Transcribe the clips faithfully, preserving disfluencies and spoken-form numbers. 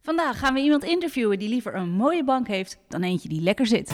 Vandaag gaan we iemand interviewen die liever een mooie bank heeft dan eentje die lekker zit.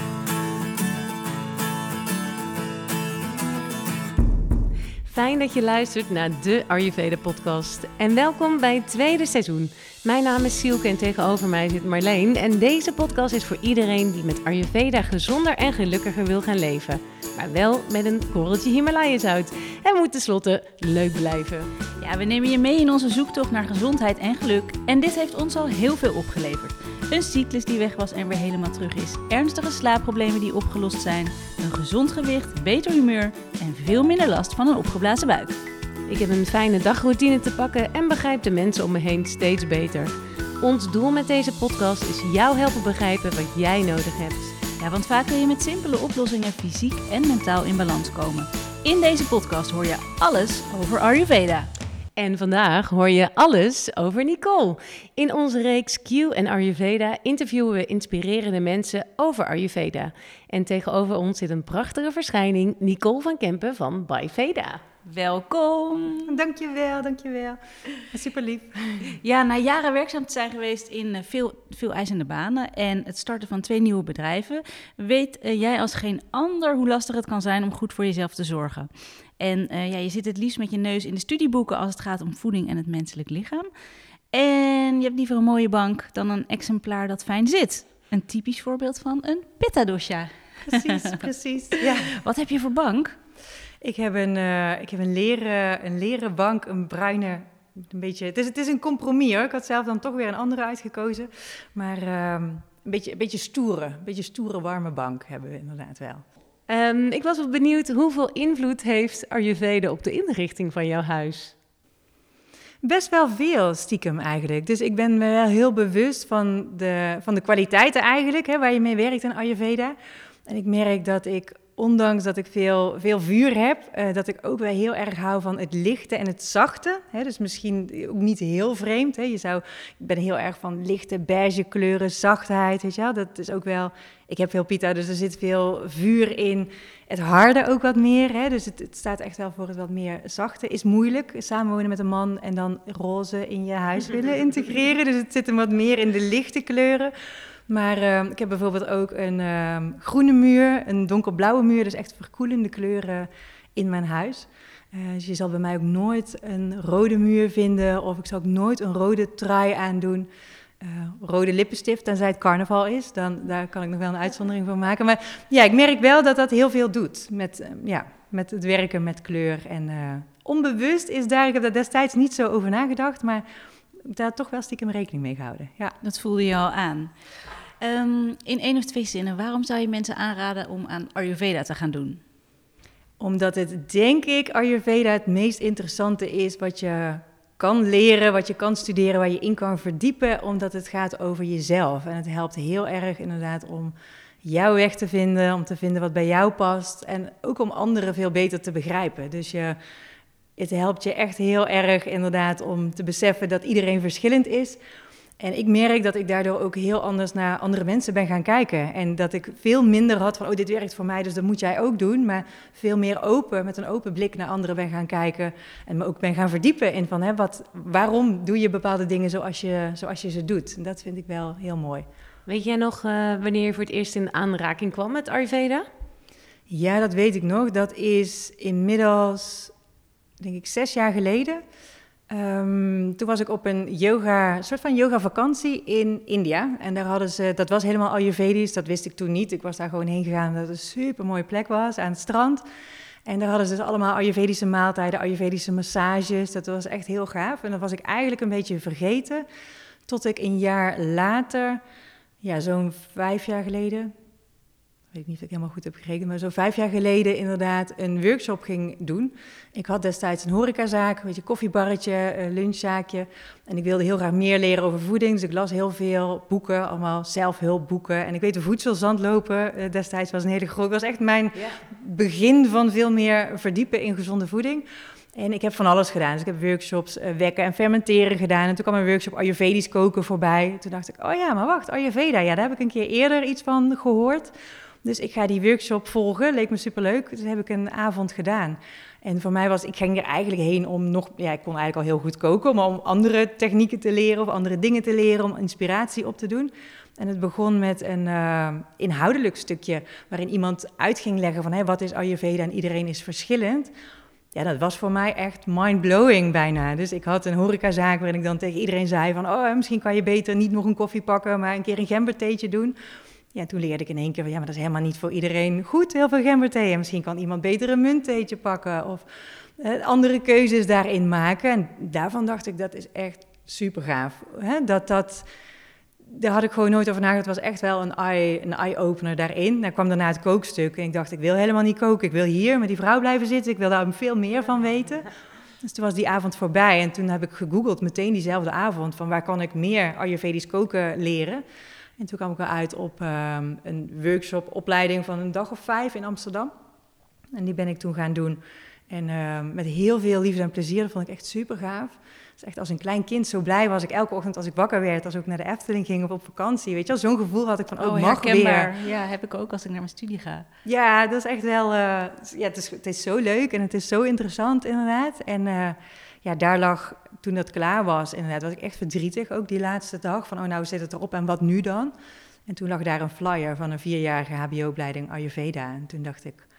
Fijn dat je luistert naar de Ayurveda-podcast. En welkom bij het tweede seizoen. Mijn naam is Sielke en tegenover mij zit Marleen. En deze podcast is voor iedereen die met Ayurveda gezonder en gelukkiger wil gaan leven. Maar wel met een korreltje Himalaya-zout. En moet tenslotte leuk blijven. Ja, we nemen je mee in onze zoektocht naar gezondheid en geluk. En dit heeft ons al heel veel opgeleverd. Een cyclus die weg was en weer helemaal terug is. Ernstige slaapproblemen die opgelost zijn. Een gezond gewicht, beter humeur en veel minder last van een opgeblazen buik. Ik heb een fijne dagroutine te pakken en begrijp de mensen om me heen steeds beter. Ons doel met deze podcast is jou helpen begrijpen wat jij nodig hebt. Ja, want vaak wil je met simpele oplossingen fysiek en mentaal in balans komen. In deze podcast hoor je alles over Ayurveda. En vandaag hoor je alles over Nicole. In onze reeks Q en Ayurveda interviewen we inspirerende mensen over Ayurveda. En tegenover ons zit een prachtige verschijning, Nicole van Kempen van Byveda. Welkom! Dankjewel, dankjewel. Super lief. Ja, na jaren werkzaam te zijn geweest in veel, veel eisende banen en het starten van twee nieuwe bedrijven, weet uh, jij als geen ander hoe lastig het kan zijn om goed voor jezelf te zorgen. En uh, ja, je zit het liefst met je neus in de studieboeken als het gaat om voeding en het menselijk lichaam. En je hebt liever een mooie bank dan een exemplaar dat fijn zit. Een typisch voorbeeld van een pitta dosha. Precies, precies. Ja. Wat heb je voor bank? Ik heb een, uh, ik heb een, leren, een leren bank, een bruine, een beetje, het is, het is een compromis hoor. Ik had zelf dan toch weer een andere uitgekozen. Maar uh, een, beetje, een beetje stoere, een beetje stoere warme bank hebben we inderdaad wel. Um, ik was wel benieuwd, hoeveel invloed heeft Ayurveda op de inrichting van jouw huis? Best wel veel, stiekem eigenlijk. Dus ik ben me wel heel bewust van de, van de kwaliteiten eigenlijk, hè, waar je mee werkt in Ayurveda. En ik merk dat ik, ondanks dat ik veel, veel vuur heb, uh, dat ik ook wel heel erg hou van het lichte en het zachte. Hè, dus misschien ook niet heel vreemd. Hè. Je zou, ik ben heel erg van lichte beige kleuren, zachtheid. Weet je wel? Dat is ook wel. Ik heb veel pitta, dus er zit veel vuur in. Het harde ook wat meer. Hè. Dus het, het staat echt wel voor het wat meer zachte. Is moeilijk, samenwonen met een man en dan roze in je huis willen integreren. Dus het zit hem wat meer in de lichte kleuren. Maar uh, ik heb bijvoorbeeld ook een uh, groene muur, een donkerblauwe muur, dus echt verkoelende kleuren in mijn huis. Uh, dus je zal bij mij ook nooit een rode muur vinden of ik zal ook nooit een rode trui aandoen. Uh, rode lippenstift, tenzij het carnaval is, dan daar kan ik nog wel een uitzondering voor maken. Maar ja, ik merk wel dat dat heel veel doet met, uh, ja, met het werken met kleur. En uh, onbewust is daar, ik heb daar destijds niet zo over nagedacht, maar daar toch wel stiekem rekening mee gehouden. Ja. Dat voelde je al aan. Um, in één of twee zinnen, waarom zou je mensen aanraden om aan Ayurveda te gaan doen? Omdat het, denk ik, Ayurveda het meest interessante is wat je kan leren, wat je kan studeren, waar je in kan verdiepen, omdat het gaat over jezelf. En het helpt heel erg inderdaad om jouw weg te vinden, om te vinden wat bij jou past en ook om anderen veel beter te begrijpen. Dus je, het helpt je echt heel erg inderdaad om te beseffen dat iedereen verschillend is. En ik merk dat ik daardoor ook heel anders naar andere mensen ben gaan kijken. En dat ik veel minder had van, oh, dit werkt voor mij, dus dat moet jij ook doen. Maar veel meer open, met een open blik naar anderen ben gaan kijken. En me ook ben gaan verdiepen in van, hè, wat, waarom doe je bepaalde dingen zoals je, zoals je ze doet. En dat vind ik wel heel mooi. Weet jij nog uh, wanneer je voor het eerst in aanraking kwam met Ayurveda? Ja, dat weet ik nog. Dat is inmiddels, denk ik, zes jaar geleden. Um, toen was ik op een yoga, soort van yoga vakantie in India. En daar hadden ze, dat was helemaal Ayurvedisch, dat wist ik toen niet. Ik was daar gewoon heen gegaan omdat het een super mooie plek was, aan het strand. En daar hadden ze dus allemaal Ayurvedische maaltijden, Ayurvedische massages. Dat was echt heel gaaf. En dat was ik eigenlijk een beetje vergeten. Tot ik een jaar later, ja, zo'n vijf jaar geleden, ik weet niet of ik helemaal goed heb gerekend, maar zo vijf jaar geleden inderdaad een workshop ging doen. Ik had destijds een horecazaak, een beetje koffiebarretje, een lunchzaakje. En ik wilde heel graag meer leren over voeding, dus ik las heel veel boeken, allemaal zelfhulpboeken. En ik weet de voedselzandlopen destijds was een hele groot, was echt mijn ja. begin van veel meer verdiepen in gezonde voeding. En ik heb van alles gedaan. Dus ik heb workshops uh, wekken en fermenteren gedaan. En toen kwam een workshop Ayurvedisch koken voorbij. Toen dacht ik, oh ja, maar wacht, Ayurveda, ja, daar heb ik een keer eerder iets van gehoord. Dus ik ga die workshop volgen, leek me superleuk. Dus heb ik een avond gedaan. En voor mij was, ik ging er eigenlijk heen om nog, ja, ik kon eigenlijk al heel goed koken, maar om andere technieken te leren of andere dingen te leren, om inspiratie op te doen. En het begon met een uh, inhoudelijk stukje waarin iemand uit ging leggen van, hé, wat is Ayurveda en iedereen is verschillend. Ja, dat was voor mij echt mind-blowing bijna. Dus ik had een horecazaak waarin ik dan tegen iedereen zei van, oh, misschien kan je beter niet nog een koffie pakken, maar een keer een gembertheetje doen. Ja, toen leerde ik in één keer van, ja, maar dat is helemaal niet voor iedereen goed, heel veel gemberthee. En misschien kan iemand beter een munttheetje pakken of uh, andere keuzes daarin maken. En daarvan dacht ik, dat is echt super gaaf. Hè? Dat dat... Daar had ik gewoon nooit over nagedacht. Het was echt wel een eye, een eye-opener daarin. Dan kwam daarna het kookstuk en ik dacht, ik wil helemaal niet koken. Ik wil hier met die vrouw blijven zitten. Ik wil daar veel meer van weten. Dus toen was die avond voorbij en toen heb ik gegoogeld meteen diezelfde avond van waar kan ik meer Ayurvedisch koken leren. En toen kwam ik wel uit op um, een workshop, opleiding van een dag of vijf in Amsterdam. En die ben ik toen gaan doen. En uh, met heel veel liefde en plezier, dat vond ik echt super gaaf. Dus echt als een klein kind zo blij was ik elke ochtend als ik wakker werd, als ik naar de Efteling ging of op vakantie. Weet je wel, zo'n gevoel had ik van, oh, oh mag herkenbaar. weer. Ja, heb ik ook als ik naar mijn studie ga. Ja, dat is echt wel, uh, ja, het is, het is zo leuk en het is zo interessant inderdaad. En uh, ja, daar lag, toen dat klaar was, inderdaad, was ik echt verdrietig, ook die laatste dag. Van, oh, nou zit het erop en wat nu dan? En toen lag daar een flyer van een vierjarige H B O-opleiding Ayurveda. En toen dacht ik,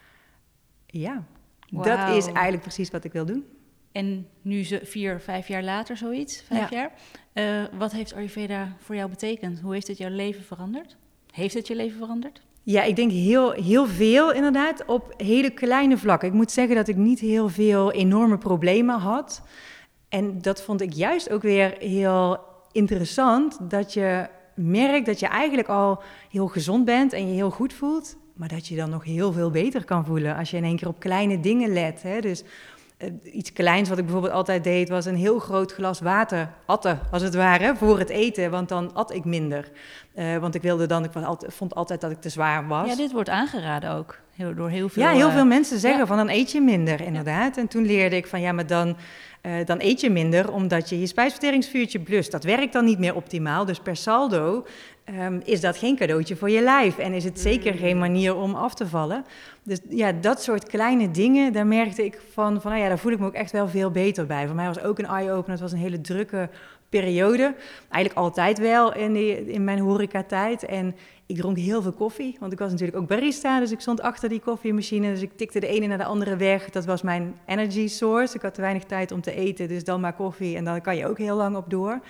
ja, wow. Dat is eigenlijk precies wat ik wil doen. En nu ze vier, vijf jaar later zoiets, vijf ja. jaar. Uh, wat heeft Ayurveda voor jou betekend? Hoe heeft het jouw leven veranderd? Heeft het je leven veranderd? Ja, ik denk heel, heel veel inderdaad, op hele kleine vlakken. Ik moet zeggen dat ik niet heel veel enorme problemen had. En dat vond ik juist ook weer heel interessant, dat je merkt dat je eigenlijk al heel gezond bent en je heel goed voelt, maar dat je dan nog heel veel beter kan voelen als je in één keer op kleine dingen let. Hè? Dus uh, iets kleins wat ik bijvoorbeeld altijd deed, was een heel groot glas water atten, als het ware, voor het eten, want dan at ik minder. Uh, want ik wilde dan, ik was altijd, vond altijd dat ik te zwaar was. Ja, dit wordt aangeraden ook heel, door heel veel... Ja, heel veel uh, mensen zeggen ja. van dan eet je minder, inderdaad. Ja. En toen leerde ik van ja, maar dan... Uh, dan eet je minder omdat je je spijsverteringsvuurtje blust. Dat werkt dan niet meer optimaal. Dus per saldo um, is dat geen cadeautje voor je lijf. En is het zeker mm. geen manier om af te vallen. Dus ja, dat soort kleine dingen, daar merkte ik van... van nou ja, daar voel ik me ook echt wel veel beter bij. Voor mij was ook een eye-opener. Het was een hele drukke periode. Eigenlijk altijd wel in, die, in mijn horecatijd. En ik dronk heel veel koffie, want ik was natuurlijk ook barista, dus ik stond achter die koffiemachine, dus ik tikte de ene naar de andere weg. Dat was mijn energy source. Ik had te weinig tijd om te eten, dus dan maar koffie en dan kan je ook heel lang op door.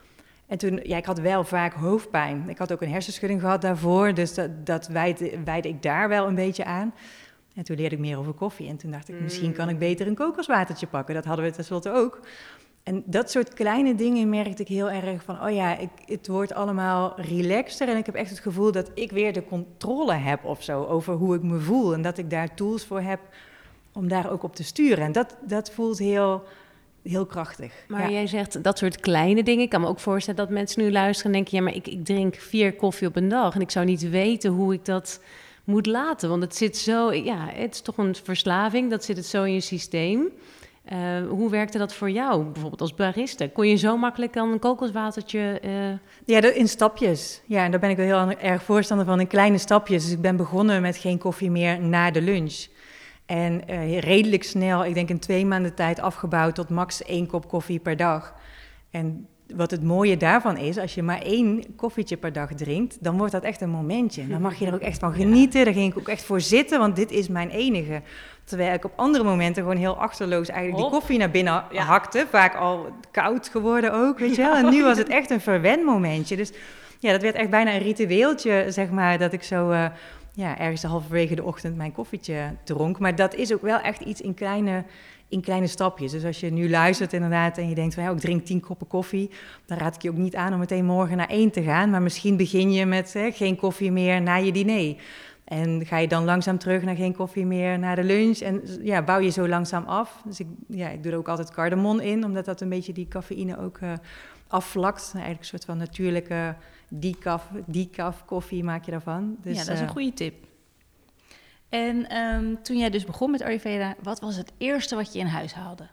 En toen, ja, ik had wel vaak hoofdpijn. Ik had ook een hersenschudding gehad daarvoor, dus dat, dat wijde, wijde ik daar wel een beetje aan. En toen leerde ik meer over koffie en toen dacht ik, misschien kan ik beter een kokoswatertje pakken. Dat hadden we tenslotte ook. En dat soort kleine dingen merkte ik heel erg van, oh ja, ik, het wordt allemaal relaxter. En ik heb echt het gevoel dat ik weer de controle heb of zo over hoe ik me voel. En dat ik daar tools voor heb om daar ook op te sturen. En dat, dat voelt heel, heel krachtig. Maar ja. jij zegt dat soort kleine dingen. Ik kan me ook voorstellen dat mensen nu luisteren en denken, ja, maar ik, ik drink vier koffie op een dag. En ik zou niet weten hoe ik dat moet laten. Want het zit zo, ja, het is toch een verslaving. Dat zit het zo in je systeem. Uh, hoe werkte dat voor jou, bijvoorbeeld als barista? Kon je zo makkelijk dan een kokoswatertje... Uh... Ja, dat in stapjes. Ja, en daar ben ik wel heel erg voorstander van, in kleine stapjes. Dus ik ben begonnen met geen koffie meer na de lunch. En uh, redelijk snel, ik denk in twee maanden tijd afgebouwd tot max één kop koffie per dag. En wat het mooie daarvan is, als je maar één koffietje per dag drinkt, dan wordt dat echt een momentje. Dan mag je er ook echt van genieten. Daar ging ik ook echt voor zitten, want dit is mijn enige. Terwijl ik op andere momenten gewoon heel achterloos eigenlijk die koffie naar binnen ja. hakte. Vaak al koud geworden ook, weet je wel. En nu was het echt een verwenmomentje. Dus ja, dat werd echt bijna een ritueeltje, zeg maar, dat ik zo uh, ja, ergens halverwege de ochtend mijn koffietje dronk. Maar dat is ook wel echt iets in kleine... in kleine stapjes. Dus als je nu luistert inderdaad en je denkt van ja, ik drink tien koppen koffie, dan raad ik je ook niet aan om meteen morgen naar één te gaan. Maar misschien begin je met hè, geen koffie meer na je diner. En ga je dan langzaam terug naar geen koffie meer na de lunch. En ja, bouw je zo langzaam af. Dus ik, ja, ik doe er ook altijd cardamom in, omdat dat een beetje die cafeïne ook uh, afvlakt. Eigenlijk een soort van natuurlijke decaf, decaf koffie maak je daarvan. Dus, ja, dat is een uh, goede tip. En um, toen jij dus begon met Ayurveda, wat was het eerste wat je in huis haalde?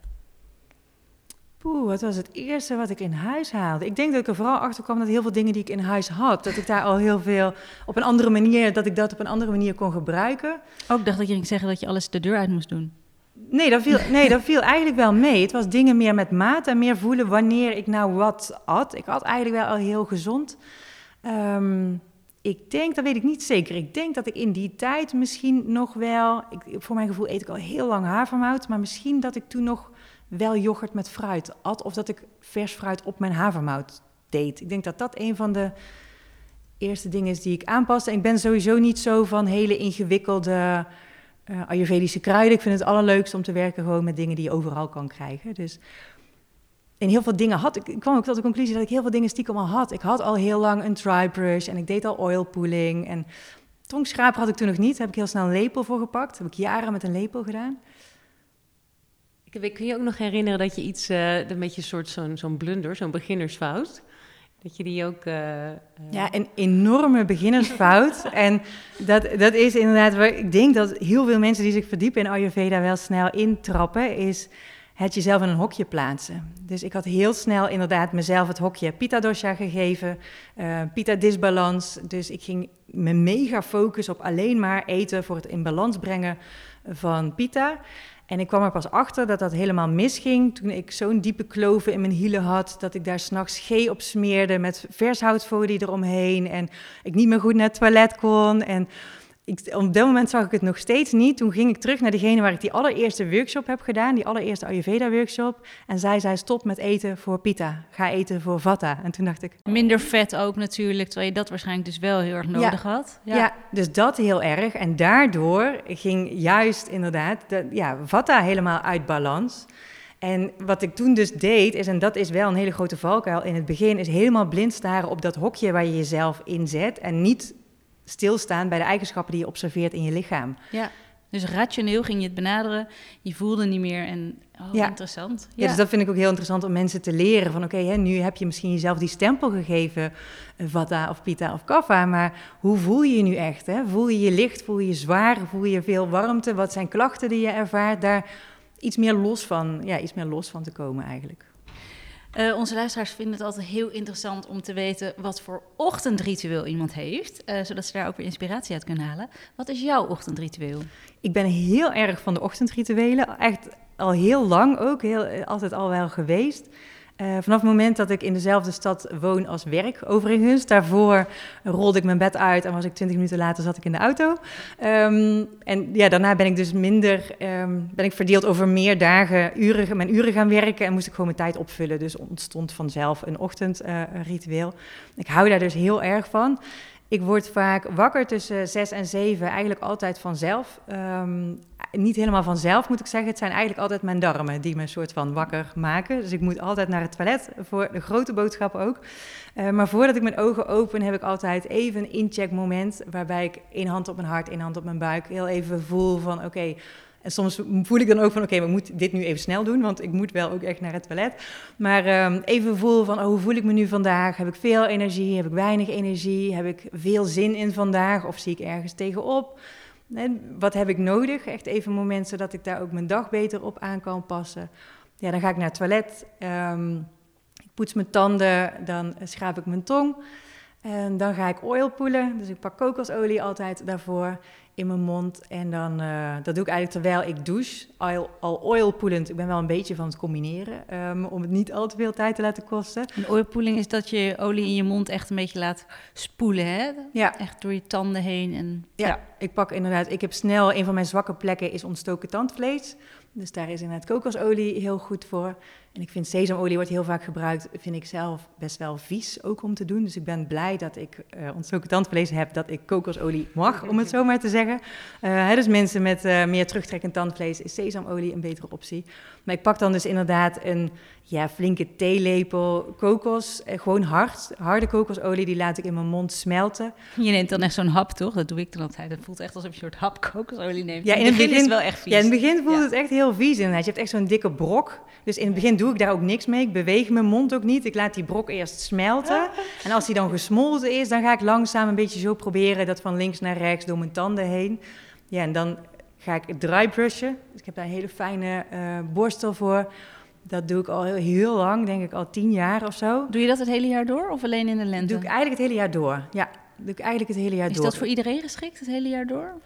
Poeh, wat was het eerste wat ik in huis haalde? Ik denk dat ik er vooral achter kwam dat heel veel dingen die ik in huis had, dat ik daar al heel veel op een andere manier, dat ik dat op een andere manier kon gebruiken. Ook dacht dat je ging zeggen dat je alles de deur uit moest doen. Nee dat, viel, nee, dat viel eigenlijk wel mee. Het was dingen meer met maat en meer voelen wanneer ik nou wat at. Ik had eigenlijk wel al heel gezond. Um, ik denk, dat weet ik niet zeker. Ik denk dat ik in die tijd misschien nog wel... Ik, voor mijn gevoel eet ik al heel lang havermout. Maar misschien dat ik toen nog wel yoghurt met fruit at. Of dat ik vers fruit op mijn havermout deed. Ik denk dat dat een van de eerste dingen is die ik aanpaste. En ik ben sowieso niet zo van hele ingewikkelde... Uh, Ayurvedische kruiden. Ik vind het allerleukst om te werken gewoon met dingen die je overal kan krijgen. Dus in heel veel dingen had ik... Ik kwam ook tot de conclusie dat ik heel veel dingen stiekem al had. Ik had al heel lang een dry brush en ik deed al oil pulling. En tongschraper had ik toen nog niet. Daar heb ik heel snel een lepel voor gepakt. Dat heb ik jaren met een lepel gedaan. Ik, kun je ook nog herinneren dat je iets... Uh, een beetje een soort zo'n, zo'n blunder, zo'n beginnersfout... Dat je die ook... Uh, uh... Ja, een enorme beginnersfout. En dat, dat is inderdaad... Waar ik denk dat heel veel mensen die zich verdiepen in Ayurveda wel snel intrappen... is het jezelf in een hokje plaatsen. Dus ik had heel snel inderdaad mezelf het hokje Pitta dosha gegeven. Uh, Pitta disbalans. Dus ik ging me mega focussen op alleen maar eten... voor het in balans brengen van Pitta... En ik kwam er pas achter dat dat helemaal misging toen ik zo'n diepe kloven in mijn hielen had... dat ik daar 's nachts ghee op smeerde met vershoutfolie eromheen... en ik niet meer goed naar het toilet kon. En ik, op dat moment zag ik het nog steeds niet. Toen ging ik terug naar degene waar ik die allereerste workshop heb gedaan... die allereerste Ayurveda-workshop. En zij zei, stop met eten voor Pitta. Ga eten voor Vata. En toen dacht ik... Minder vet ook natuurlijk, terwijl je dat waarschijnlijk dus wel heel erg nodig ja, had. Ja. ja, dus dat heel erg. En daardoor ging juist inderdaad de, ja, Vata helemaal uit balans... En wat ik toen dus deed, is, en dat is wel een hele grote valkuil in het begin... is helemaal blind staren op dat hokje waar je jezelf in zet... en niet stilstaan bij de eigenschappen die je observeert in je lichaam. Ja, dus rationeel ging je het benaderen, je voelde niet meer en oh, ja. interessant. Ja. ja, dus dat vind ik ook heel interessant om mensen te leren. Van oké, okay, nu heb je misschien jezelf die stempel gegeven, Vata of Pitta of Kapha, maar hoe voel je je nu echt? Hè? Voel je je licht, voel je je zwaar, voel je veel warmte? Wat zijn klachten die je ervaart? Daar iets meer los van, ja, iets meer los van te komen eigenlijk. Uh, onze luisteraars vinden het altijd heel interessant om te weten wat voor ochtendritueel iemand heeft, uh, zodat ze daar ook weer inspiratie uit kunnen halen. Wat is jouw ochtendritueel? Ik ben heel erg van de ochtendrituelen, echt al heel lang ook, heel, altijd al wel geweest. Uh, vanaf het moment dat ik in dezelfde stad woon als werk, overigens. Daarvoor rolde ik mijn bed uit en was ik twintig minuten later zat ik in de auto. Um, en ja, daarna ben ik dus minder, um, ben ik verdeeld over meer dagen, uren, mijn uren gaan werken en moest ik gewoon mijn tijd opvullen. Dus ontstond vanzelf een ochtendritueel. Uh, ik hou daar dus heel erg van. Ik word vaak wakker tussen zes en zeven, eigenlijk altijd vanzelf. Um, niet helemaal vanzelf, moet ik zeggen. Het zijn eigenlijk altijd mijn darmen die me een soort van wakker maken. Dus ik moet altijd naar het toilet, voor de grote boodschap ook. Uh, maar voordat ik mijn ogen open, heb ik altijd even een incheckmoment... waarbij ik één hand op mijn hart, één hand op mijn buik... heel even voel van oké... Okay, en soms voel ik dan ook van, oké, okay, we moeten dit nu even snel doen, want ik moet wel ook echt naar het toilet. Maar um, even voel van, oh, hoe voel ik me nu vandaag? Heb ik veel energie? Heb ik weinig energie? Heb ik veel zin in vandaag? Of zie ik ergens tegenop? En wat heb ik nodig? Echt even een moment, zodat ik daar ook mijn dag beter op aan kan passen. Ja, dan ga ik naar het toilet. Um, ik poets mijn tanden, dan schraap ik mijn tong. En dan ga ik oil poelen. Dus ik pak kokosolie altijd daarvoor in mijn mond. En dan, uh, dat doe ik eigenlijk terwijl ik douche. Al, al oil poelend. Ik ben wel een beetje van het combineren. Um, om het niet al te veel tijd te laten kosten. En oil pooling is dat je olie in je mond echt een beetje laat spoelen, hè? Ja. Echt door je tanden heen. En, ja, ja, ik pak inderdaad... Ik heb snel... Een van mijn zwakke plekken is ontstoken tandvlees. Dus daar is inderdaad kokosolie heel goed voor. En ik vind sesamolie wordt heel vaak gebruikt, vind ik zelf best wel vies ook om te doen. Dus ik ben blij dat ik uh, ontstoken tandvlees heb, dat ik kokosolie mag, om het zo maar te zeggen. Uh, hè, dus mensen met uh, meer terugtrekkend tandvlees is sesamolie een betere optie. Maar ik pak dan dus inderdaad een ja, flinke theelepel kokos, uh, gewoon hard, harde kokosolie, die laat ik in mijn mond smelten. Je neemt dan echt zo'n hap, toch? Dat doe ik dan altijd. Het voelt echt alsof je een soort hap kokosolie neemt. Ja, in het begin, begin is het wel echt vies. Ja, in het begin voelt ja. het echt heel vies inderdaad. Je hebt echt zo'n dikke brok. Dus in het begin doe ik daar ook niks mee. Ik beweeg mijn mond ook niet. Ik laat die brok eerst smelten. En als die dan gesmolten is, dan ga ik langzaam een beetje zo proberen dat van links naar rechts door mijn tanden heen. Ja, en dan ga ik dry brushen. Dus ik heb daar een hele fijne uh, borstel voor. Dat doe ik al heel, heel lang, denk ik al tien jaar of zo. Doe je dat het hele jaar door of alleen in de lente? Dat doe ik eigenlijk het hele jaar door. Ja, dat doe ik eigenlijk het hele jaar is door. Is dat voor iedereen geschikt, het hele jaar door?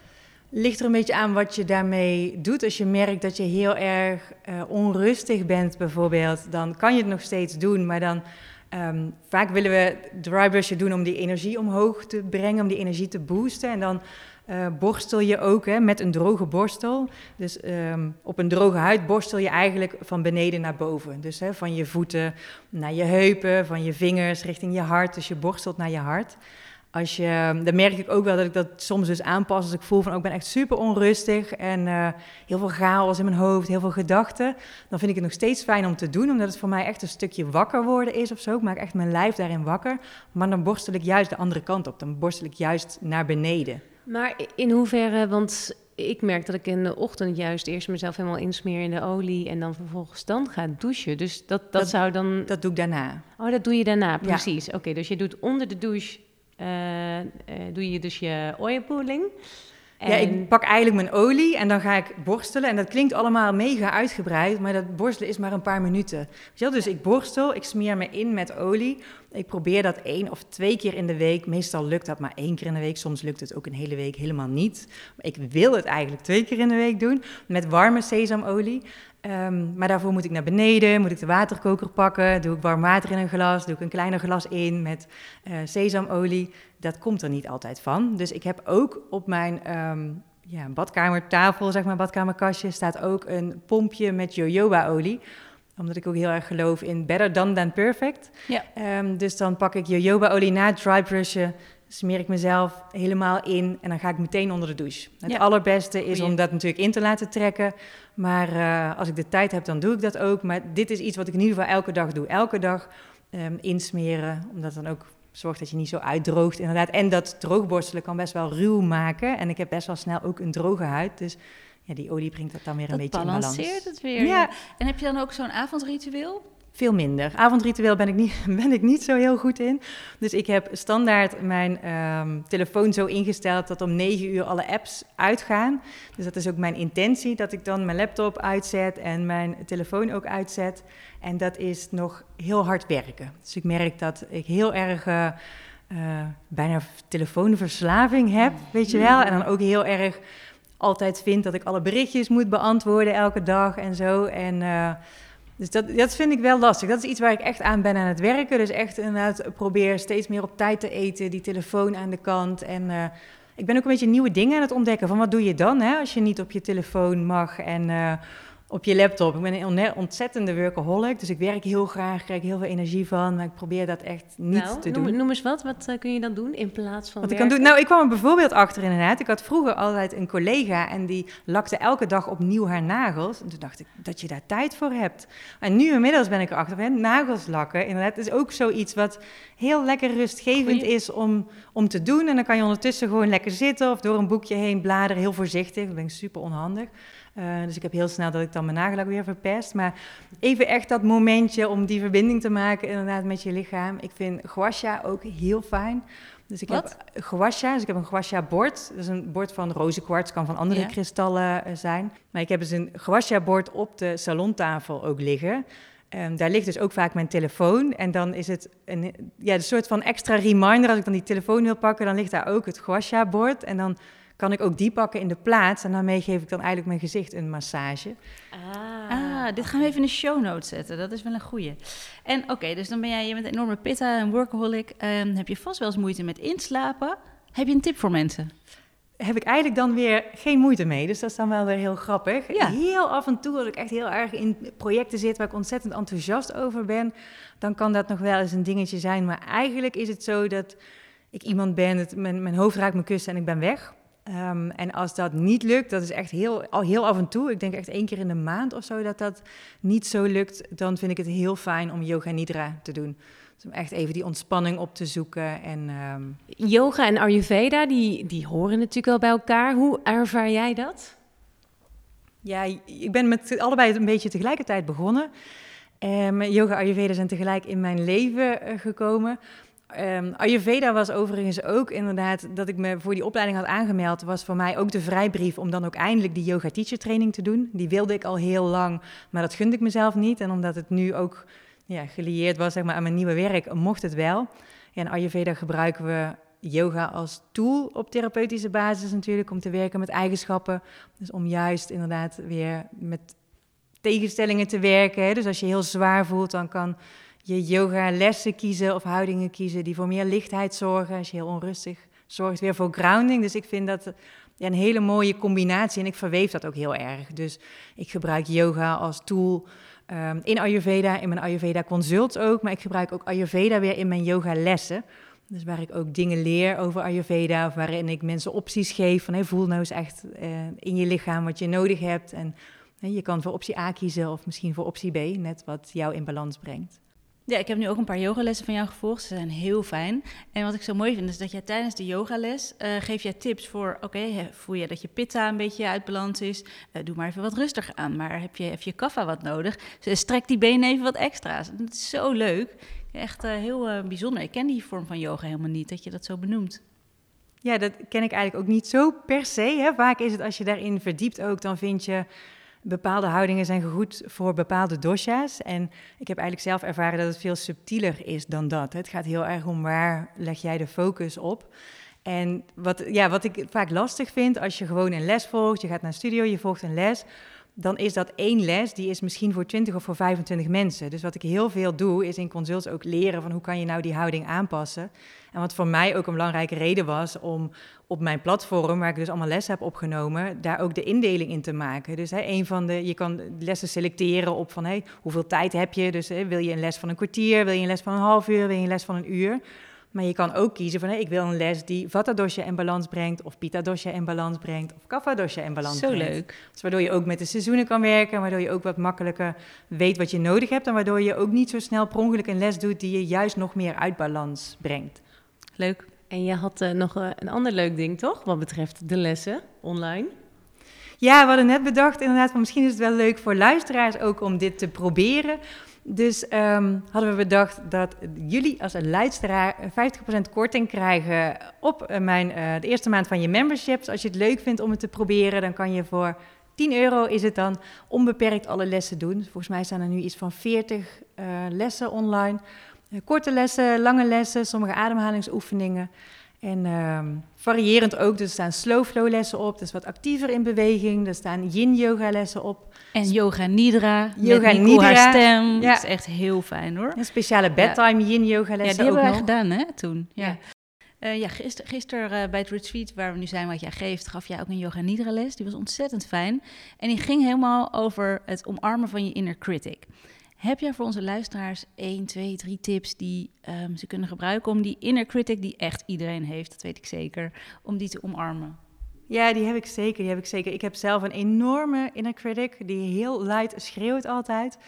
Ligt er een beetje aan wat je daarmee doet. Als je merkt dat je heel erg uh, onrustig bent bijvoorbeeld, dan kan je het nog steeds doen. Maar dan um, vaak willen we dry brushen doen om die energie omhoog te brengen, om die energie te boosten. En dan uh, borstel je ook hè, met een droge borstel. Dus um, op een droge huid borstel je eigenlijk van beneden naar boven. Dus hè, van je voeten naar je heupen, van je vingers richting je hart. Dus je borstelt naar je hart. Als je, dan merk ik ook wel dat ik dat soms dus aanpas als ik voel van oh, ik ben echt super onrustig en uh, heel veel chaos in mijn hoofd, heel veel gedachten. Dan vind ik het nog steeds fijn om te doen, omdat het voor mij echt een stukje wakker worden is of zo. Ik maak echt mijn lijf daarin wakker, maar dan borstel ik juist de andere kant op. Dan borstel ik juist naar beneden. Maar in hoeverre, want ik merk dat ik in de ochtend juist eerst mezelf helemaal insmeer in de olie en dan vervolgens dan ga douchen. Dus dat, dat, dat zou dan... Dat doe ik daarna. Oh, dat doe je daarna, precies. Ja. Oké, okay, dus je doet onder de douche... Uh, uh, doe je dus je oil pulling. En... Ja, ik pak eigenlijk mijn olie en dan ga ik borstelen. En dat klinkt allemaal mega uitgebreid, maar dat borstelen is maar een paar minuten. Weet je wel? Dus ik borstel, ik smeer me in met olie. Ik probeer dat één of twee keer in de week. Meestal lukt dat maar één keer in de week. Soms lukt het ook een hele week helemaal niet. Maar ik wil het eigenlijk twee keer in de week doen met warme sesamolie. Um, maar daarvoor moet ik naar beneden, moet ik de waterkoker pakken, doe ik warm water in een glas, doe ik een kleiner glas in met uh, sesamolie. Dat komt er niet altijd van. Dus ik heb ook op mijn um, ja, badkamertafel, zeg maar badkamerkastje, staat ook een pompje met jojobaolie. Omdat ik ook heel erg geloof in better done than perfect. Ja. Um, dus dan pak ik jojobaolie na het dry brushen, smeer ik mezelf helemaal in en dan ga ik meteen onder de douche. Het ja. allerbeste is Goeie. om dat natuurlijk in te laten trekken. Maar uh, als ik de tijd heb, dan doe ik dat ook. Maar dit is iets wat ik in ieder geval elke dag doe. Elke dag um, insmeren, omdat het dan ook zorgt dat je niet zo uitdroogt inderdaad. En dat droogborstelen kan best wel ruw maken. En ik heb best wel snel ook een droge huid, dus ja, die olie brengt dat dan weer dat een beetje in balans. Dat balanceert het weer. Ja. En heb je dan ook zo'n avondritueel? Veel minder. Avondritueel ben ik, niet, ben ik niet zo heel goed in. Dus ik heb standaard mijn um, telefoon zo ingesteld dat om negen uur alle apps uitgaan. Dus dat is ook mijn intentie, dat ik dan mijn laptop uitzet en mijn telefoon ook uitzet. En dat is nog heel hard werken. Dus ik merk dat ik heel erg uh, uh, bijna telefoonverslaving heb, weet je wel. En dan ook heel erg altijd vind dat ik alle berichtjes moet beantwoorden elke dag en zo. En... Uh, Dus dat, dat vind ik wel lastig. Dat is iets waar ik echt aan ben aan het werken. Dus echt inderdaad probeer steeds meer op tijd te eten, die telefoon aan de kant. En uh, ik ben ook een beetje nieuwe dingen aan het ontdekken. Van wat doe je dan hè, als je niet op je telefoon mag en uh, op je laptop. Ik ben een ontzettende workaholic, dus ik werk heel graag, krijg heel veel energie van. Maar ik probeer dat echt niet nou, te noem, doen. Noem eens wat, wat uh, kun je dan doen in plaats van Wat werken? ik kan doen? Nou, ik kwam er bijvoorbeeld achter inderdaad. Ik had vroeger altijd een collega en die lakte elke dag opnieuw haar nagels. En toen dacht ik dat je daar tijd voor hebt. En nu inmiddels ben ik erachter, hè, nagels lakken inderdaad is ook zoiets wat heel lekker rustgevend Goeie. is om, om te doen. En dan kan je ondertussen gewoon lekker zitten of door een boekje heen bladeren, heel voorzichtig. Dat ben ik super onhandig. Uh, dus ik heb heel snel dat ik dan mijn nagellak weer verpest. Maar even echt dat momentje om die verbinding te maken inderdaad met je lichaam. Ik vind gua sha ook heel fijn. Dus ik Wat? heb gua sha, dus ik heb een gua sha bord. Dat is een bord van rozenkwarts, kan van andere ja. kristallen uh, zijn. Maar ik heb dus een gua sha bord op de salontafel ook liggen. Um, daar ligt dus ook vaak mijn telefoon. En dan is het een, ja, een soort van extra reminder. Als ik dan die telefoon wil pakken, dan ligt daar ook het gua sha bord. En dan kan ik ook die pakken in de plaats. En daarmee geef ik dan eigenlijk mijn gezicht een massage. Ah, ah dit gaan we even in de show notes zetten. Dat is wel een goeie. En oké, okay, dus dan ben jij, je bent een enorme pitta, een workaholic. Um, heb je vast wel eens moeite met inslapen. Heb je een tip voor mensen? Heb ik eigenlijk dan weer geen moeite mee. Dus dat is dan wel weer heel grappig. Ja. Heel af en toe, als ik echt heel erg in projecten zit waar ik ontzettend enthousiast over ben, dan kan dat nog wel eens een dingetje zijn. Maar eigenlijk is het zo dat ik iemand ben, het, mijn, mijn hoofd raakt mijn kussen en ik ben weg. Um, en als dat niet lukt, dat is echt heel, al heel af en toe, ik denk echt één keer in de maand of zo dat dat niet zo lukt, dan vind ik het heel fijn om yoga nidra te doen. Dus om echt even die ontspanning op te zoeken. En, um... Yoga en Ayurveda, die, die horen natuurlijk wel bij elkaar. Hoe ervaar jij dat? Ja, ik ben met allebei een beetje tegelijkertijd begonnen. Um, yoga en Ayurveda zijn tegelijk in mijn leven uh, gekomen. Um, Ayurveda was overigens ook inderdaad, dat ik me voor die opleiding had aangemeld, was voor mij ook de vrijbrief om dan ook eindelijk die yoga teacher training te doen. Die wilde ik al heel lang, maar dat gunde ik mezelf niet. En omdat het nu ook ja, gelieerd was zeg maar, aan mijn nieuwe werk, mocht het wel. Ja, in Ayurveda gebruiken we yoga als tool op therapeutische basis natuurlijk, om te werken met eigenschappen. Dus om juist inderdaad weer met tegenstellingen te werken. Hè. Dus als je heel zwaar voelt, dan kan je yoga lessen kiezen of houdingen kiezen die voor meer lichtheid zorgen. Als je heel onrustig zorgt weer voor grounding. Dus ik vind dat ja, een hele mooie combinatie en ik verweef dat ook heel erg. Dus ik gebruik yoga als tool um, in Ayurveda, in mijn Ayurveda Consult ook. Maar ik gebruik ook Ayurveda weer in mijn yoga lessen. Dus waar ik ook dingen leer over Ayurveda of waarin ik mensen opties geef van hey, voel nou eens echt uh, in je lichaam wat je nodig hebt. En hey, je kan voor optie A kiezen of misschien voor optie B, net wat jou in balans brengt. Ja, ik heb nu ook een paar yogalessen van jou gevolgd. Ze zijn heel fijn. En wat ik zo mooi vind, is dat jij tijdens de yogales uh, geef jij tips voor... Oké, okay, voel je dat je pitta een beetje uit balans is? Uh, doe maar even wat rustiger aan. Maar heb je, heb je kapha wat nodig? Dus strek die benen even wat extra's. Dat is zo leuk. Echt uh, heel uh, bijzonder. Ik ken die vorm van yoga helemaal niet, dat je dat zo benoemt. Ja, dat ken ik eigenlijk ook niet zo per se. Hè. Vaak is het, als je daarin verdiept ook, dan vind je... Bepaalde houdingen zijn goed voor bepaalde dosha's. En ik heb eigenlijk zelf ervaren dat het veel subtieler is dan dat. Het gaat heel erg om waar leg jij de focus op. En wat, ja, wat ik vaak lastig vind, als je gewoon een les volgt, je gaat naar een studio, je volgt een les, dan is dat één les, die is misschien voor twintig of voor vijfentwintig mensen. Dus wat ik heel veel doe, is in consults ook leren van hoe kan je nou die houding aanpassen. En wat voor mij ook een belangrijke reden was om op mijn platform, waar ik dus allemaal lessen heb opgenomen, daar ook de indeling in te maken. Dus hè, een van de, je kan lessen selecteren op van hey, hoeveel tijd heb je. Dus hè, wil je een les van een kwartier, wil je een les van een half uur, wil je een les van een uur. Maar je kan ook kiezen van, hey, ik wil een les die Vata dosha in balans brengt, of Pitta dosha in balans brengt, of Kapha dosha in balans Zo brengt. Zo leuk. Dus waardoor je ook met de seizoenen kan werken, waardoor je ook wat makkelijker weet wat je nodig hebt, en waardoor je ook niet zo snel per ongeluk een les doet die je juist nog meer uit balans brengt. Leuk. En je had uh, nog uh, een ander leuk ding, toch? Wat betreft de lessen online. Ja, we hadden net bedacht inderdaad, van misschien is het wel leuk voor luisteraars ook om dit te proberen. Dus um, hadden we bedacht dat jullie als een luisteraar vijftig procent korting krijgen op uh, mijn, uh, de eerste maand van je memberships. Als je het leuk vindt om het te proberen, dan kan je voor tien euro is het dan onbeperkt alle lessen doen. Volgens mij staan er nu iets van veertig uh, lessen online. Uh, korte lessen, lange lessen, sommige ademhalingsoefeningen. En uh, variërend ook, dus er staan slow flow lessen op, dus wat actiever in beweging. Er staan yin yoga lessen op. En yoga nidra, yoga met nidra. haar stem. Ja. Dat is echt heel fijn hoor. Een speciale bedtime ja. yin yoga lessen. Ja, die hebben ook wij nog. gedaan hè, toen. Ja. Ja. Uh, ja, gisteren gister, uh, bij het retreat waar we nu zijn, wat jij geeft, gaf jij ook een yoga nidra les. Die was ontzettend fijn. En die ging helemaal over het omarmen van je inner critic. Heb jij voor onze luisteraars één, twee, drie tips die um, ze kunnen gebruiken om die inner critic, die echt iedereen heeft, dat weet ik zeker, om die te omarmen? Ja, die heb ik zeker, die heb ik zeker. Ik heb zelf een enorme inner critic die heel luid schreeuwt altijd.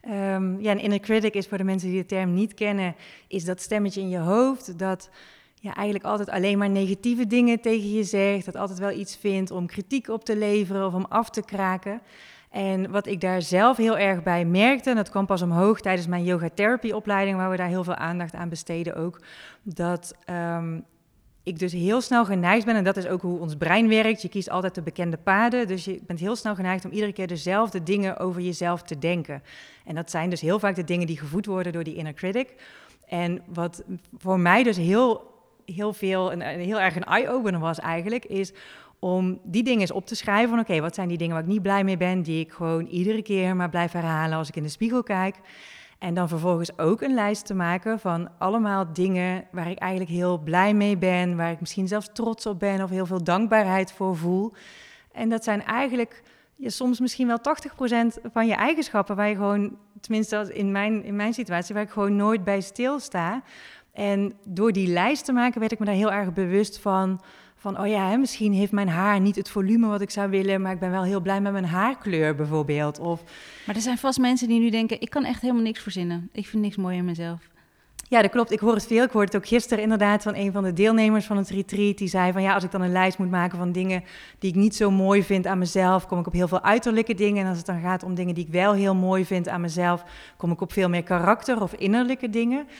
Um, ja, een inner critic is voor de mensen die de term niet kennen, is dat stemmetje in je hoofd dat ja, eigenlijk altijd alleen maar negatieve dingen tegen je zegt, dat altijd wel iets vindt om kritiek op te leveren of om af te kraken. En wat ik daar zelf heel erg bij merkte, en dat kwam pas omhoog tijdens mijn yoga therapy opleiding, waar we daar heel veel aandacht aan besteden ook, dat um, ik dus heel snel geneigd ben, en dat is ook hoe ons brein werkt, je kiest altijd de bekende paden, dus je bent heel snel geneigd om iedere keer dezelfde dingen over jezelf te denken. En dat zijn dus heel vaak de dingen die gevoed worden door die inner critic. En wat voor mij dus heel, heel veel, een, heel erg een eye-opener was eigenlijk, is om die dingen eens op te schrijven van oké, okay, wat zijn die dingen waar ik niet blij mee ben, die ik gewoon iedere keer maar blijf herhalen als ik in de spiegel kijk. En dan vervolgens ook een lijst te maken van allemaal dingen waar ik eigenlijk heel blij mee ben, waar ik misschien zelfs trots op ben of heel veel dankbaarheid voor voel. En dat zijn eigenlijk ja, soms misschien wel tachtig procent van je eigenschappen waar je gewoon, tenminste in mijn, in mijn situatie, waar ik gewoon nooit bij stilsta. En door die lijst te maken werd ik me daar heel erg bewust van, van oh ja, hè, misschien heeft mijn haar niet het volume wat ik zou willen, maar ik ben wel heel blij met mijn haarkleur bijvoorbeeld. Of Maar er zijn vast mensen die nu denken, ik kan echt helemaal niks verzinnen. Ik vind niks mooi in mezelf. Ja, dat klopt. Ik hoor het veel. Ik hoorde het ook gisteren inderdaad van een van de deelnemers van het retreat. Die zei van ja, als ik dan een lijst moet maken van dingen die ik niet zo mooi vind aan mezelf, kom ik op heel veel uiterlijke dingen. En als het dan gaat om dingen die ik wel heel mooi vind aan mezelf, kom ik op veel meer karakter of innerlijke dingen.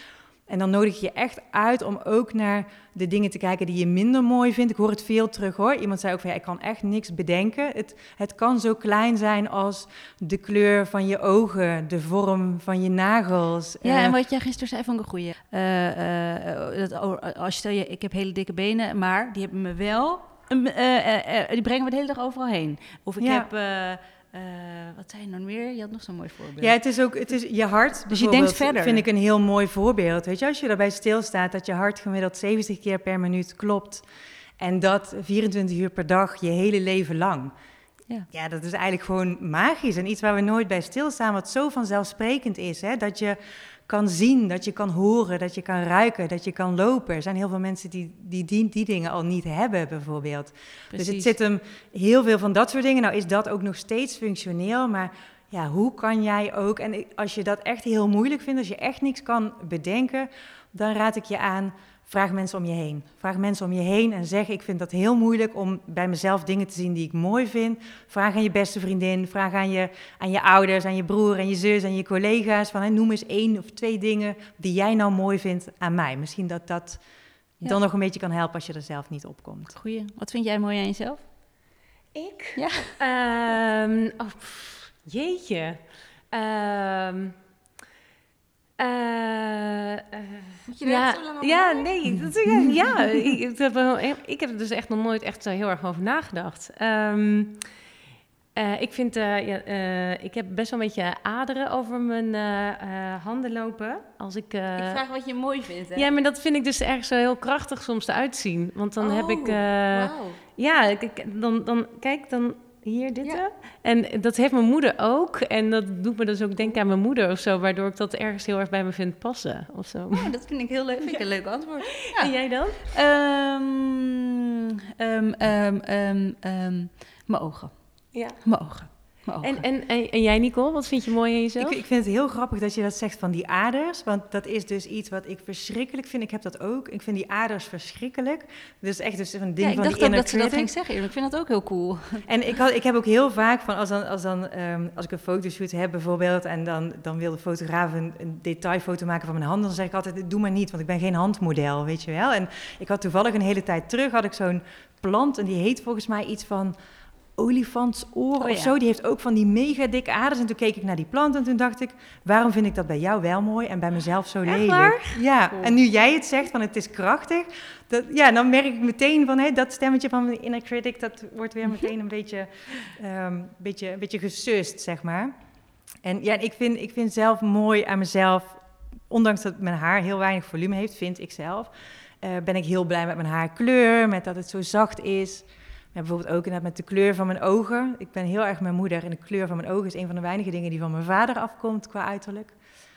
En dan nodig je je echt uit om ook naar de dingen te kijken die je minder mooi vindt. Ik hoor het veel terug hoor. Iemand zei ook van ja, ik kan echt niks bedenken. Het, het kan zo klein zijn als de kleur van je ogen, de vorm van je nagels. Ja, uh, en wat jij gisteren zei vond ik een goeie. Uh, uh, dat, oh, als je stel je, ik heb hele dikke benen, maar die hebben me wel, uh, uh, uh, die brengen me de hele dag overal heen. Of ik ja. heb... Uh, Uh, wat zei je nou weer? Je had nog zo'n mooi voorbeeld. Ja, het is ook het is je hart. Dus je denkt verder. Vind ik een heel mooi voorbeeld. Weet je, als je daarbij stilstaat dat je hart gemiddeld zeventig keer per minuut klopt. En dat vierentwintig uur per dag, je hele leven lang. Ja. ja, dat is eigenlijk gewoon magisch. En iets waar we nooit bij stilstaan, wat zo vanzelfsprekend is. Hè? Dat je kan zien, dat je kan horen, dat je kan ruiken, dat je kan lopen. Er zijn heel veel mensen die die, die, die dingen al niet hebben, bijvoorbeeld. Precies. Dus het zit hem heel veel van dat soort dingen. Nou is dat ook nog steeds functioneel, maar ja, hoe kan jij ook... En als je dat echt heel moeilijk vindt, als je echt niks kan bedenken, dan raad ik je aan... Vraag mensen om je heen. Vraag mensen om je heen en zeg, ik vind dat heel moeilijk om bij mezelf dingen te zien die ik mooi vind. Vraag aan je beste vriendin, vraag aan je, aan je ouders, aan je broer, aan je zus, aan je collega's. Van, hè, noem eens één of twee dingen die jij nou mooi vindt aan mij. Misschien dat dat ja. dan nog een beetje kan helpen als je er zelf niet op komt. Goeie. Wat vind jij mooi aan jezelf? Ik? Ja. Um, oh, pff, jeetje. Um, Uh, uh, Moet je er ja, echt zo lang over ja, nadenken? nee, dat, ja, ja ik, ik, heb, ik heb er dus echt nog nooit echt zo heel erg over nagedacht. Um, uh, ik vind, uh, ja, uh, ik heb best wel een beetje aderen over mijn uh, uh, handen lopen. Als ik, uh, ik vraag wat je mooi vindt, hè? Ja, maar dat vind ik dus erg zo heel krachtig soms te uitzien. Want dan oh, heb ik, uh, wow. ja, ik, dan, dan, kijk, dan... Hier, dit. Ja. En dat heeft mijn moeder ook. En dat doet me dus ook denken aan mijn moeder of zo. Waardoor ik dat ergens heel erg bij me vind passen. Of zo. Oh, dat vind ik heel leuk. Vind ik een leuk antwoord. Ja. En jij dan? Um, um, um, um, um, mijn ogen. Ja. Mijn ogen. En, en, en, en jij, Nicole, wat vind je mooi aan jezelf? Ik, ik vind het heel grappig dat je dat zegt van die aders. Want dat is dus iets wat ik verschrikkelijk vind. Ik heb dat ook. Ik vind die aders verschrikkelijk. Dus echt dus een ding ja, van die die inner critic. Ik dacht ook dat ze dat ging zeggen. Ik vind dat ook heel cool. En ik, had, ik heb ook heel vaak van als, dan, als, dan, um, als ik een fotoshoot heb bijvoorbeeld... en dan, dan wil de fotograaf een, een detailfoto maken van mijn handen... dan zeg ik altijd, doe maar niet, want ik ben geen handmodel, weet je wel. En ik had toevallig een hele tijd terug had ik zo'n plant... en die heet volgens mij iets van... olifantsoor oh, ja. of zo, die heeft ook van die mega dikke aders. En toen keek ik naar die plant en toen dacht ik... waarom vind ik dat bij jou wel mooi en bij mezelf zo Echt lelijk? waar? Ja, cool. En nu jij het zegt van het is krachtig... Dat, ja, dan merk ik meteen van hey, dat stemmetje van de inner critic... dat wordt weer meteen een beetje, um, beetje, een beetje gesust, zeg maar. En ja, ik vind, ik vind zelf mooi aan mezelf... ondanks dat mijn haar heel weinig volume heeft, vind ik zelf... Uh, ben ik heel blij met mijn haarkleur, met dat het zo zacht is... Ja, bijvoorbeeld ook inderdaad met de kleur van mijn ogen. Ik ben heel erg mijn moeder en de kleur van mijn ogen is een van de weinige dingen die van mijn vader afkomt qua uiterlijk.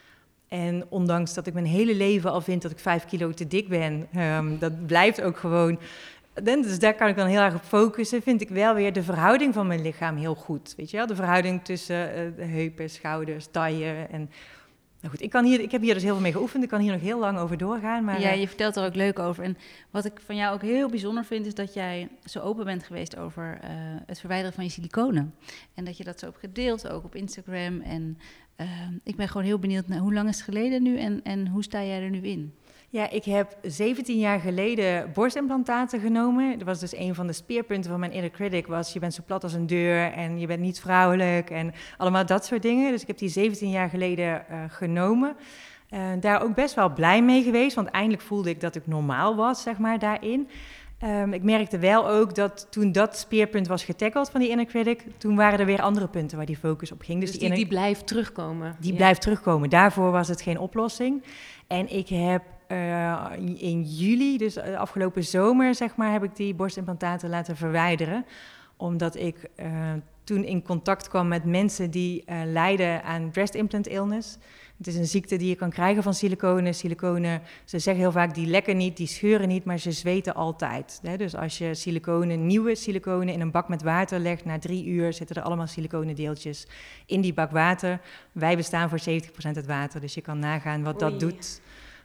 En ondanks dat ik mijn hele leven al vind dat ik vijf kilo te dik ben, um, dat blijft ook gewoon... Dus daar kan ik dan heel erg op focussen. Vind ik wel weer de verhouding van mijn lichaam heel goed. Weet je wel? De verhouding tussen uh, de heupen, schouders, taille en... Nou goed, ik, kan hier, ik heb hier dus heel veel mee geoefend. Ik kan hier nog heel lang over doorgaan. Maar, ja, je vertelt er ook leuk over. En wat ik van jou ook heel bijzonder vind... is dat jij zo open bent geweest over uh, het verwijderen van je siliconen. En dat je dat zo hebt gedeeld, ook op Instagram. En uh, ik ben gewoon heel benieuwd naar hoe lang is het geleden nu... en, en hoe sta jij er nu in? Ja, ik heb zeventien jaar geleden borstimplantaten genomen. Dat was dus een van de speerpunten van mijn inner critic. Was je bent zo plat als een deur en je bent niet vrouwelijk en allemaal dat soort dingen. Dus ik heb die zeventien jaar geleden uh, genomen. Uh, daar ook best wel blij mee geweest, want eindelijk voelde ik dat ik normaal was, zeg maar, daarin. Um, ik merkte wel ook dat toen dat speerpunt was getackeld van die inner critic, toen waren er weer andere punten waar die focus op ging. Dus, dus die, die, die blijft terugkomen? Die ja. blijft terugkomen. Daarvoor was het geen oplossing. En ik heb uh, in juli, dus afgelopen zomer, zeg maar, heb ik die borstimplantaten laten verwijderen. Omdat ik uh, toen in contact kwam met mensen die uh, lijden aan breast implant illness. Het is een ziekte die je kan krijgen van siliconen. Siliconen, ze zeggen heel vaak, die lekken niet, die scheuren niet, maar ze zweten altijd. Hè? Dus als je siliconen, nieuwe siliconen in een bak met water legt, na drie uur zitten er allemaal siliconendeeltjes in die bak water. Wij bestaan voor zeventig procent uit water, dus je kan nagaan wat Oei. dat doet.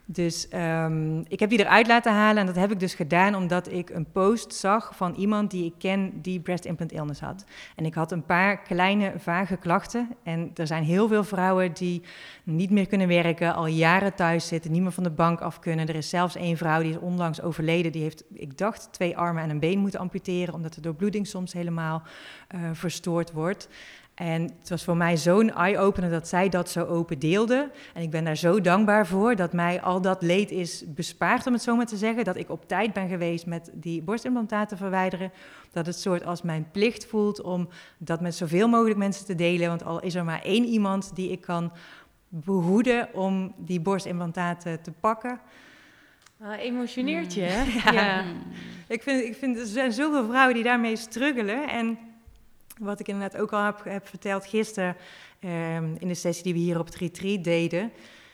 Dus um, ik heb die eruit laten halen en dat heb ik dus gedaan omdat ik een post zag van iemand die ik ken die breast implant illness had. En ik had een paar kleine vage klachten en er zijn heel veel vrouwen die niet meer kunnen werken, al jaren thuis zitten, niet meer van de bank af kunnen. Er is zelfs één vrouw die is onlangs overleden, die heeft, ik dacht, twee armen en een been moeten amputeren omdat de doorbloeding soms helemaal uh, verstoord wordt. En het was voor mij zo'n eye-opener dat zij dat zo open deelde. En ik ben daar zo dankbaar voor dat mij al dat leed is bespaard, om het zo maar te zeggen. Dat ik op tijd ben geweest met die borstimplantaten verwijderen. Dat het soort als mijn plicht voelt om dat met zoveel mogelijk mensen te delen. Want al is er maar één iemand die ik kan behoeden om die borstimplantaten te pakken. Uh, emotioneert je, hè? Ja. Ja. Ik vind, ik vind, er zijn zoveel vrouwen die daarmee struggelen. En wat ik inderdaad ook al heb, heb verteld gisteren um, in de sessie die we hier op het retreat deden.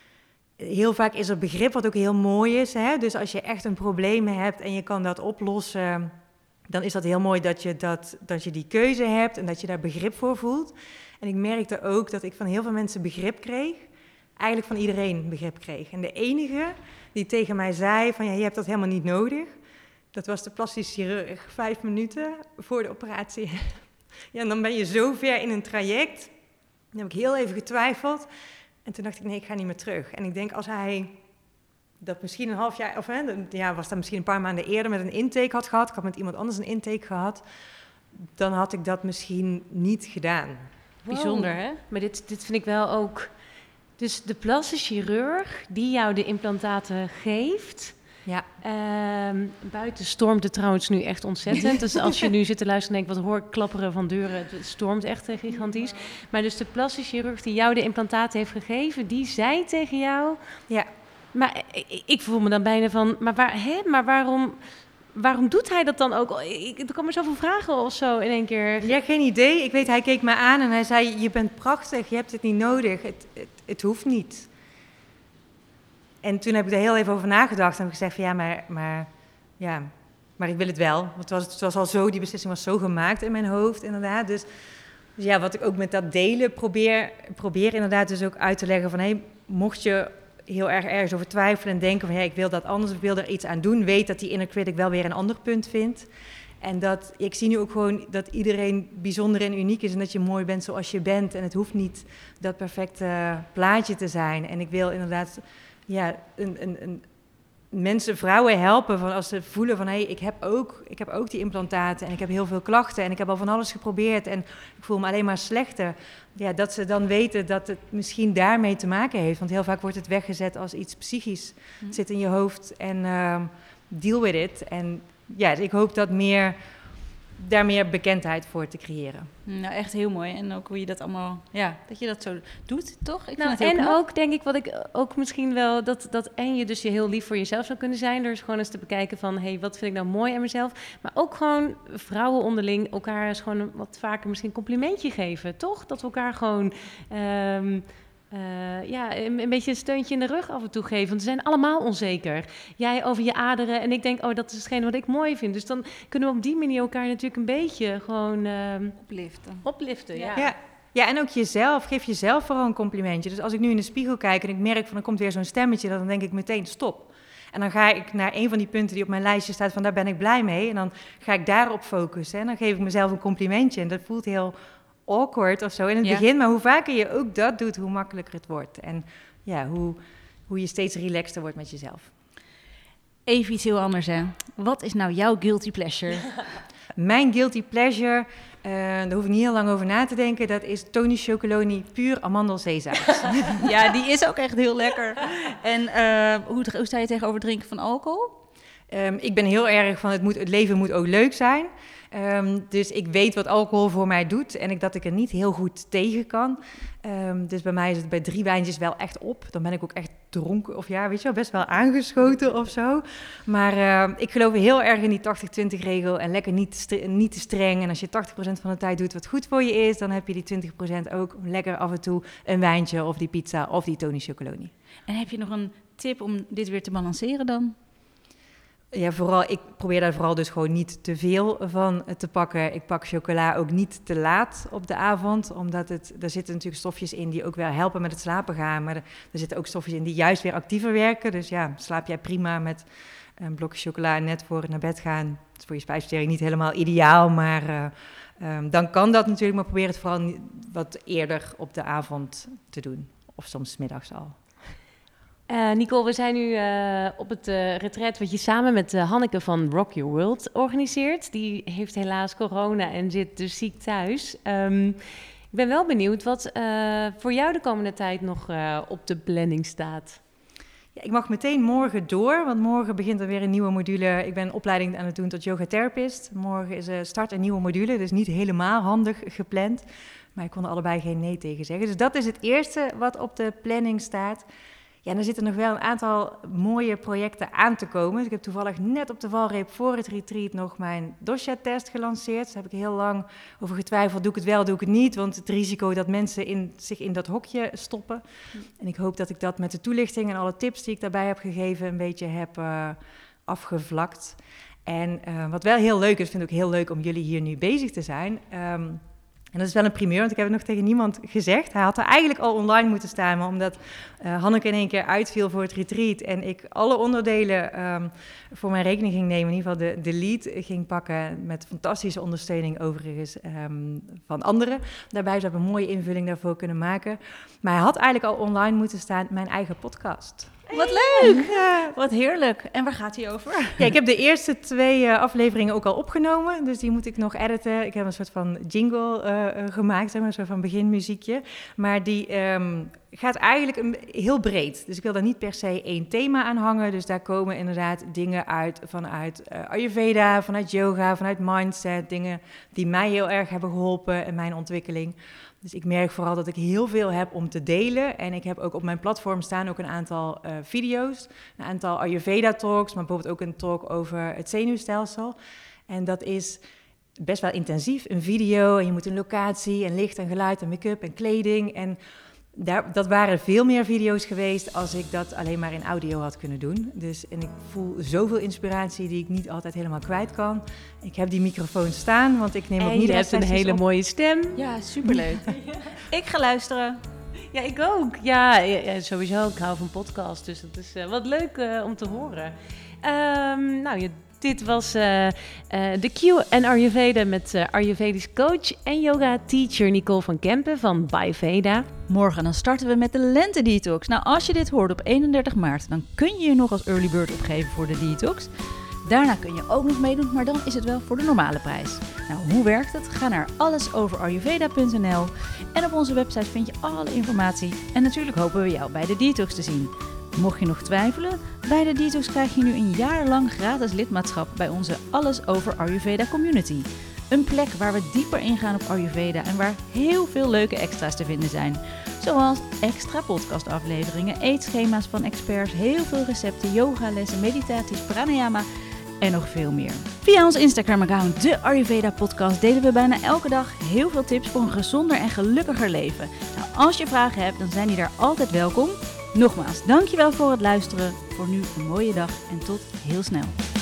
Heel vaak is er begrip, wat ook heel mooi is. Hè? Dus als je echt een probleem hebt en je kan dat oplossen, dan is dat heel mooi dat je, dat, dat je die keuze hebt en dat je daar begrip voor voelt. En ik merkte ook dat ik van heel veel mensen begrip kreeg. Eigenlijk van iedereen begrip kreeg. En de enige die tegen mij zei van ja, je hebt dat helemaal niet nodig. Dat was de plastisch chirurg, vijf minuten voor de operatie. Ja, en dan ben je zo ver in een traject. Dan heb ik heel even getwijfeld. En toen dacht ik, nee, ik ga niet meer terug. En ik denk, als hij dat misschien een half jaar... of hè, ja, was dat misschien een paar maanden eerder met een intake had gehad. Ik had met iemand anders een intake gehad. Dan had ik dat misschien niet gedaan. Wow. Bijzonder, hè? Maar dit, dit vind ik wel ook... Dus de plastisch chirurg die jou de implantaten geeft... Ja. Um, buiten stormt het trouwens nu echt ontzettend. Dus als je nu zit te luisteren en denkt, wat hoor ik klapperen van deuren. Het stormt echt uh, gigantisch. Maar dus de plastisch chirurg die jou de implantaten heeft gegeven, die zei tegen jou... Ja. Maar ik, ik voel me dan bijna van, maar, waar, hè, maar waarom... Waarom doet hij dat dan ook? Ik, er komen zoveel vragen of zo in één keer. Ja, geen idee. Ik weet, hij keek me aan en hij zei, je bent prachtig, je hebt het niet nodig. Het, het, het hoeft niet. En toen heb ik er heel even over nagedacht en heb gezegd van ja, maar, maar, ja, maar ik wil het wel. Want het was, het was al zo, die beslissing was zo gemaakt in mijn hoofd inderdaad. Dus, dus ja, wat ik ook met dat delen probeer, probeer inderdaad dus ook uit te leggen van... Hey, mocht je heel erg ergens over twijfelen en denken van ja, ik wil dat anders, ik wil er iets aan doen. Weet dat die inner critic wel weer een ander punt vindt. En dat, ik zie nu ook gewoon dat iedereen bijzonder en uniek is en dat je mooi bent zoals je bent. En het hoeft niet dat perfecte plaatje te zijn. En ik wil inderdaad... Ja, een, een, een, mensen, vrouwen helpen van als ze voelen van... hé, hey, ik heb ook, ik heb ook die implantaten en ik heb heel veel klachten... en ik heb al van alles geprobeerd en ik voel me alleen maar slechter. Ja, dat ze dan weten dat het misschien daarmee te maken heeft. Want heel vaak wordt het weggezet als iets psychisch. Hm. Het zit in je hoofd en uh, deal with it. En ja, ik hoop dat meer... daar meer bekendheid voor te creëren. Nou, echt heel mooi. En ook hoe je dat allemaal, ja, dat je dat zo doet, toch? Ik nou, vind het heel en knap. ook, denk ik, wat ik ook misschien wel, dat, dat en je dus je heel lief voor jezelf zou kunnen zijn, dus gewoon eens te bekijken van, hé, hey, wat vind ik nou mooi aan mezelf? Maar ook gewoon vrouwen onderling elkaar eens gewoon wat vaker misschien een complimentje geven, toch? Dat we elkaar gewoon... Um, Uh, ja, een, een beetje een steuntje in de rug af en toe geven. Want we zijn allemaal onzeker. Jij over je aderen en ik denk, oh, dat is hetgeen wat ik mooi vind. Dus dan kunnen we op die manier elkaar natuurlijk een beetje gewoon... Uh, opliften. Opliften, ja. ja. Ja, en ook jezelf. Geef jezelf vooral een complimentje. Dus als ik nu in de spiegel kijk en ik merk van er komt weer zo'n stemmetje, dan denk ik meteen stop. En dan ga ik naar een van die punten die op mijn lijstje staat van daar ben ik blij mee. En dan ga ik daarop focussen. En dan geef ik mezelf een complimentje. En dat voelt heel... awkward of zo in het ja. begin, maar hoe vaker je ook dat doet, hoe makkelijker het wordt. En ja, hoe, hoe je steeds relaxter wordt met jezelf. Even iets heel anders, hè. Wat is nou jouw guilty pleasure? Mijn guilty pleasure, uh, daar hoef ik niet heel lang over na te denken, dat is Tony Chocoloni puur amandelzeezout. Ja, die is ook echt heel lekker. En uh, hoe, hoe sta je tegenover het drinken van alcohol? Um, ik ben heel erg van het, moet, het leven moet ook leuk zijn. Um, dus ik weet wat alcohol voor mij doet en ik, dat ik er niet heel goed tegen kan. Um, dus bij mij is het bij drie wijntjes wel echt op. Dan ben ik ook echt dronken of ja, weet je wel, best wel aangeschoten of zo. Maar uh, ik geloof heel erg in die tachtig twintig regel en lekker niet, st- niet te streng. En als je tachtig procent van de tijd doet wat goed voor je is, dan heb je die twintig procent ook lekker af en toe een wijntje of die pizza of die Tony Chocoloni. En heb je nog een tip om dit weer te balanceren dan? Ja, vooral, ik probeer daar vooral dus gewoon niet te veel van te pakken. Ik pak chocola ook niet te laat op de avond, omdat het, er zitten natuurlijk stofjes in die ook wel helpen met het slapen gaan. Maar er, er zitten ook stofjes in die juist weer actiever werken. Dus ja, slaap jij prima met een blokje chocola net voor het naar bed gaan. Dat is voor je spijsvertering niet helemaal ideaal, maar uh, um, dan kan dat natuurlijk. Maar probeer het vooral niet, wat eerder op de avond te doen. Of soms 's middags al. Uh, Nicole, we zijn nu uh, op het uh, retreat wat je samen met uh, Hanneke van Rock Your World organiseert. Die heeft helaas corona en zit dus ziek thuis. Um, ik ben wel benieuwd wat uh, voor jou de komende tijd nog uh, op de planning staat. Ja, ik mag meteen morgen door, want morgen begint er weer een nieuwe module. Ik ben een opleiding aan het doen tot yogatherapist. Morgen is uh, start een nieuwe module, dus niet helemaal handig gepland. Maar ik kon er allebei geen nee tegen zeggen. Dus dat is het eerste wat op de planning staat. Ja, en er zitten nog wel een aantal mooie projecten aan te komen. Dus ik heb toevallig net op de valreep voor het retreat nog mijn dosha-test gelanceerd. Daar heb ik heel lang over getwijfeld. Doe ik het wel, doe ik het niet? Want het risico dat mensen in, zich in dat hokje stoppen. En ik hoop dat ik dat met de toelichting en alle tips die ik daarbij heb gegeven een beetje heb uh, afgevlakt. En uh, wat wel heel leuk is, vind ik ook heel leuk om jullie hier nu bezig te zijn. Um, En dat is wel een primeur, want ik heb het nog tegen niemand gezegd. Hij had er eigenlijk al online moeten staan, maar omdat uh, Hanneke in één keer uitviel voor het retreat en ik alle onderdelen um, voor mijn rekening ging nemen, in ieder geval de, de lead ging pakken met fantastische ondersteuning overigens um, van anderen. Daarbij zou ik een mooie invulling daarvoor kunnen maken. Maar hij had eigenlijk al online moeten staan, mijn eigen podcast. Wat leuk! Ja. Wat heerlijk. En waar gaat hij over? Ja, ik heb de eerste twee uh, afleveringen ook al opgenomen, dus die moet ik nog editen. Ik heb een soort van jingle uh, gemaakt, zeg maar, een soort van beginmuziekje. Maar die um, gaat eigenlijk een, heel breed. Dus ik wil daar niet per se één thema aan hangen. Dus daar komen inderdaad dingen uit vanuit uh, Ayurveda, vanuit yoga, vanuit mindset. Dingen die mij heel erg hebben geholpen in mijn ontwikkeling. Dus ik merk vooral dat ik heel veel heb om te delen. En ik heb ook op mijn platform staan ook een aantal uh, video's. Een aantal Ayurveda-talks, maar bijvoorbeeld ook een talk over het zenuwstelsel. En dat is best wel intensief, een video. En je moet een locatie en licht en geluid en make-up en kleding. En daar, dat waren veel meer video's geweest als ik dat alleen maar in audio had kunnen doen. Dus, en ik voel zoveel inspiratie die ik niet altijd helemaal kwijt kan. Ik heb die microfoon staan, want ik neem en ook niet je hebt een hele op. mooie stem. Ja, superleuk. Ik ga luisteren. Ja, ik ook. Ja, ja, sowieso. Ik hou van podcasts, dus dat is uh, wat leuk uh, om te horen. Um, nou, je... Dit was uh, uh, de Q en Ayurveda met uh, Ayurvedisch coach en yoga teacher Nicole van Kempen van Ayurveda. Morgen dan starten we met de Lente Detox. Nou, als je dit hoort op eenendertig maart, dan kun je je nog als early bird opgeven voor de detox. Daarna kun je ook nog meedoen, maar dan is het wel voor de normale prijs. Nou, hoe werkt het? Ga naar alles over ayurveda punt n l en op onze website vind je alle informatie. En natuurlijk hopen we jou bij de detox te zien. Mocht je nog twijfelen, bij de Detox krijg je nu een jaar lang gratis lidmaatschap bij onze Alles Over Ayurveda community. Een plek waar we dieper ingaan op Ayurveda en waar heel veel leuke extra's te vinden zijn. Zoals extra podcastafleveringen, eetschema's van experts, heel veel recepten, yogalessen, meditaties, pranayama en nog veel meer. Via ons Instagram-account, de Ayurveda Podcast, delen we bijna elke dag heel veel tips voor een gezonder en gelukkiger leven. Nou, als je vragen hebt, dan zijn die daar altijd welkom. Nogmaals, dankjewel voor het luisteren. Voor nu een mooie dag en tot heel snel.